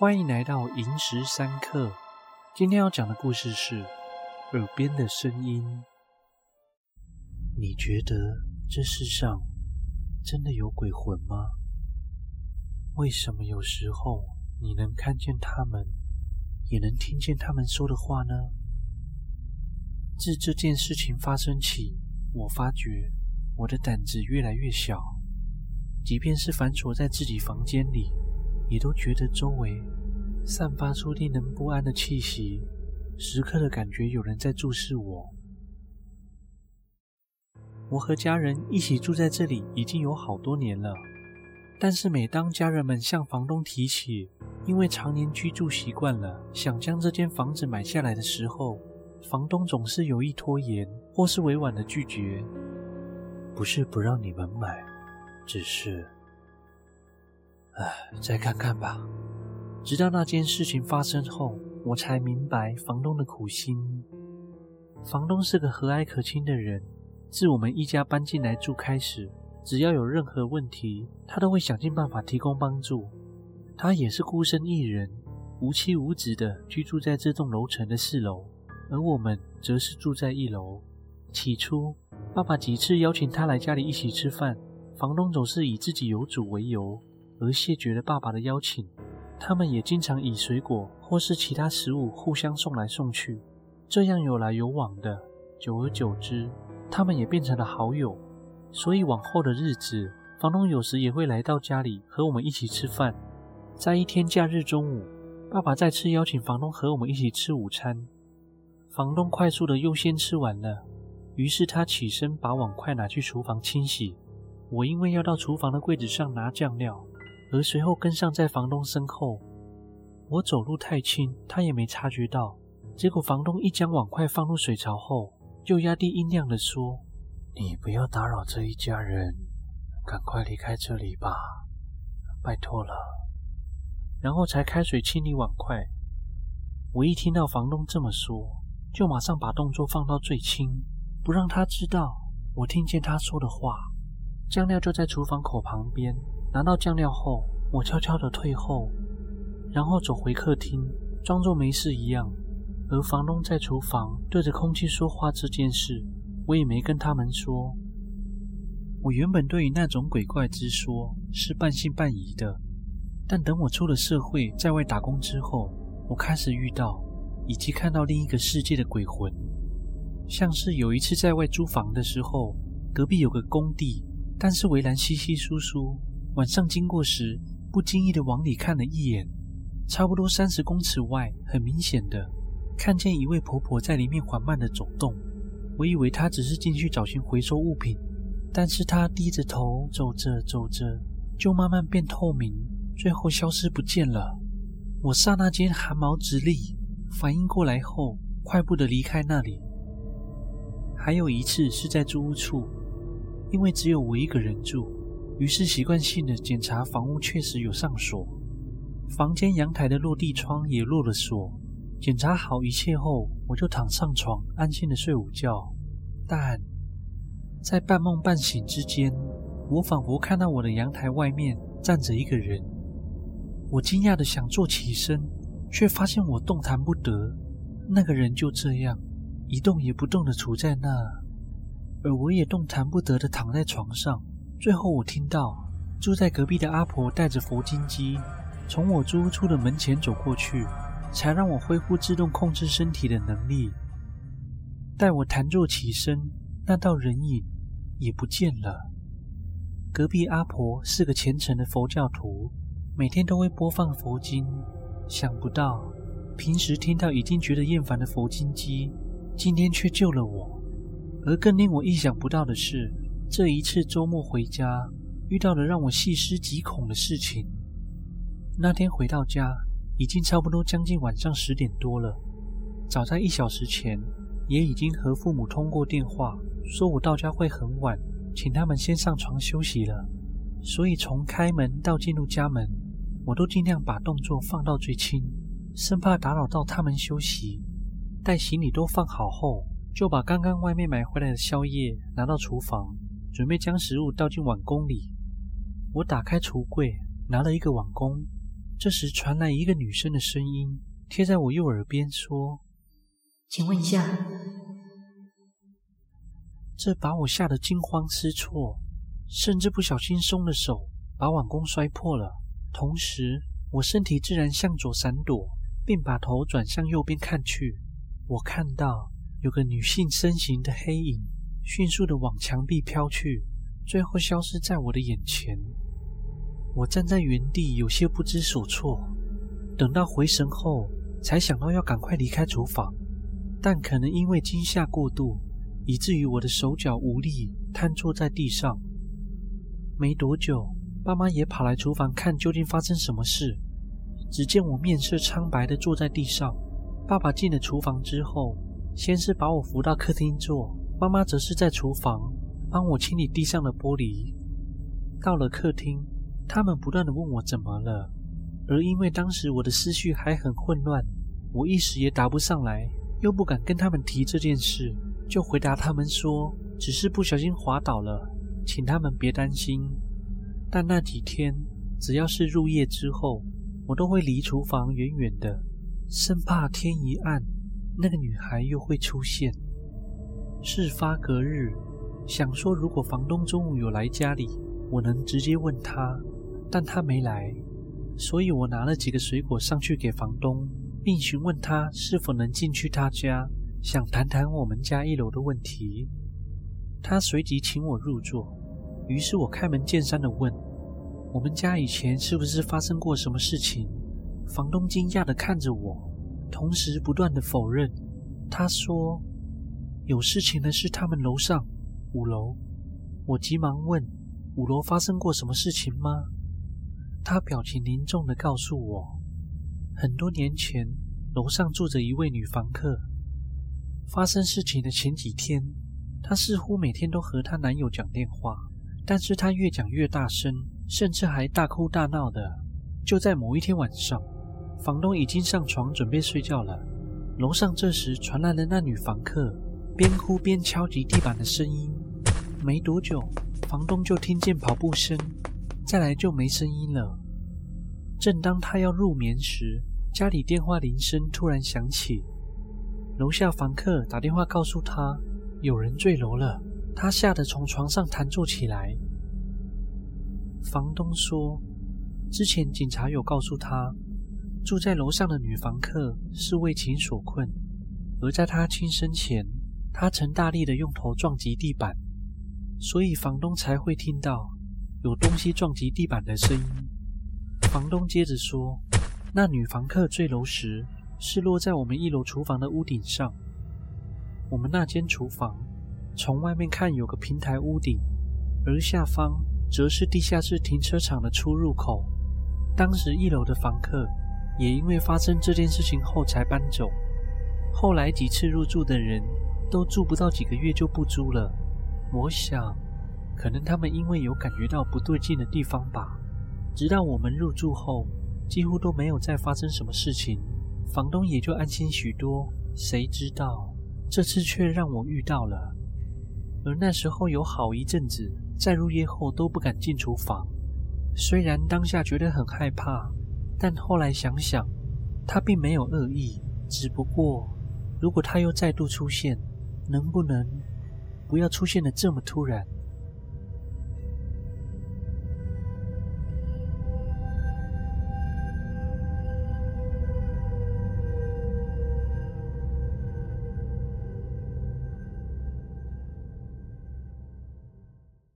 欢迎来到萤石三刻。今天要讲的故事是耳边的声音。你觉得这世上真的有鬼魂吗？为什么有时候你能看见他们，也能听见他们说的话呢？自这件事情发生起，我发觉我的胆子越来越小，即便是反锁在自己房间里，也都觉得周围散发出令人不安的气息，时刻的感觉有人在注视我。我和家人一起住在这里已经有好多年了，但是每当家人们向房东提起因为常年居住习惯了，想将这间房子买下来的时候，房东总是有意拖延或是委婉的拒绝。不是不让你们买，只是再看看吧。直到那件事情发生后，我才明白房东的苦心。房东是个和蔼可亲的人，自我们一家搬进来住开始，只要有任何问题，他都会想尽办法提供帮助。他也是孤身一人，无妻无子的居住在这栋楼层的4楼，而我们则是住在1楼。起初，爸爸几次邀请他来家里一起吃饭，房东总是以自己有主为由，而谢绝了爸爸的邀请。他们也经常以水果或是其他食物互相送来送去，这样有来有往的，久而久之，他们也变成了好友。所以往后的日子，房东有时也会来到家里和我们一起吃饭。在一天假日中午，爸爸再次邀请房东和我们一起吃午餐。房东快速的优先吃完了，于是他起身把碗筷拿去厨房清洗。我因为要到厨房的柜子上拿酱料，而随后跟上在房东身后。我走路太轻，他也没察觉到。结果房东一将碗筷放入水槽后，就压低音量地说：“你不要打扰这一家人，赶快离开这里吧，拜托了。”然后才开水清理碗筷。我一听到房东这么说，就马上把动作放到最轻，不让他知道我听见他说的话。酱料就在厨房口旁边，拿到酱料后，我悄悄地退后，然后走回客厅，装作没事一样。而房东在厨房对着空气说话这件事，我也没跟他们说。我原本对于那种鬼怪之说是半信半疑的，但等我出了社会，在外打工之后，我开始遇到以及看到另一个世界的鬼魂。像是有一次在外租房的时候，隔壁有个工地，但是围栏稀稀疏疏，晚上经过时，不经意的往里看了一眼，差不多30公尺外，很明显的看见一位婆婆在里面缓慢的走动。我以为她只是进去找钱回收物品，但是她低着头走着走着，就慢慢变透明，最后消失不见了。我刹那间汗毛直立，反应过来后，快步的离开那里。还有一次是在租屋处，因为只有我一个人住，于是习惯性的检查房屋确实有上锁，房间阳台的落地窗也落了锁。检查好一切后，我就躺上床安心的睡午觉。但在半梦半醒之间，我仿佛看到我的阳台外面站着一个人。我惊讶的想坐起身，却发现我动弹不得。那个人就这样一动也不动的处在那，而我也动弹不得的躺在床上。最后我听到住在隔壁的阿婆带着佛经机从我租屋处的门前走过去，才让我恢复自动控制身体的能力。待我弹坐起身，那道人影也不见了。隔壁阿婆是个虔诚的佛教徒，每天都会播放佛经。想不到平时听到已经觉得厌烦的佛经机，今天却救了我。而更令我意想不到的是，这一次周末回家，遇到了让我细思极恐的事情。那天回到家，已经差不多将近晚上10点多了。早在1小时前，也已经和父母通过电话，说我到家会很晚，请他们先上床休息了。所以从开门到进入家门，我都尽量把动作放到最轻，生怕打扰到他们休息。待行李都放好后，就把刚刚外面买回来的宵夜拿到厨房，准备将食物倒进碗公里。我打开橱柜，拿了一个碗公， 这时传来一个女生的声音，贴在我右耳边说：“ 请问一下。” 这把我吓得惊慌失措，甚至不小心松了手，把碗弓摔破了。同时，我身体自然向左闪躲，并把头转向右边看去。我看到有个女性身形的黑影迅速地往墙壁飘去，最后消失在我的眼前。我站在原地有些不知所措，等到回神后才想到要赶快离开厨房，但可能因为惊吓过度，以至于我的手脚无力，瘫坐在地上。没多久，爸妈也跑来厨房看究竟发生什么事。只见我面色苍白地坐在地上。爸爸进了厨房之后，先是把我扶到客厅坐，妈妈则是在厨房帮我清理地上的玻璃。到了客厅，他们不断地问我怎么了，而因为当时我的思绪还很混乱，我一时也答不上来，又不敢跟他们提这件事，就回答他们说只是不小心滑倒了，请他们别担心。但那几天只要是入夜之后，我都会离厨房远远的，生怕天一暗那个女孩又会出现。事发隔日，想说如果房东中午有来家里，我能直接问他，但他没来，所以我拿了几个水果上去给房东，并询问他是否能进去他家，想谈谈我们家1楼的问题。他随即请我入座，于是我开门见山地问，我们家以前是不是发生过什么事情？房东惊讶地看着我，同时不断地否认。他说有事情的是他们楼上5楼。我急忙问5楼发生过什么事情吗？他表情凝重地告诉我，很多年前楼上住着一位女房客，发生事情的前几天，她似乎每天都和她男友讲电话，但是她越讲越大声，甚至还大哭大闹的。就在某一天晚上，房东已经上床准备睡觉了，楼上这时传来了那女房客边哭边敲击地板的声音。没多久，房东就听见跑步声，再来就没声音了。正当他要入眠时，家里电话铃声突然响起，楼下房客打电话告诉他有人坠楼了，他吓得从床上弹坐起来。房东说，之前警察有告诉他，住在楼上的女房客是为情所困，而在她轻生前，她曾大力的用头撞击地板，所以房东才会听到有东西撞击地板的声音。房东接着说，那女房客坠楼时是落在我们1楼厨房的屋顶上。我们那间厨房从外面看有个平台屋顶，而下方则是地下室停车场的出入口。当时1楼的房客也因为发生这件事情后才搬走，后来几次入住的人都住不到几个月就不租了。我想可能他们因为有感觉到不对劲的地方吧。直到我们入住后，几乎都没有再发生什么事情，房东也就安心许多。谁知道这次却让我遇到了，而那时候有好一阵子在入夜后都不敢进厨房。虽然当下觉得很害怕，但后来想想，他并没有恶意，只不过如果他又再度出现，能不能不要出现得这么突然？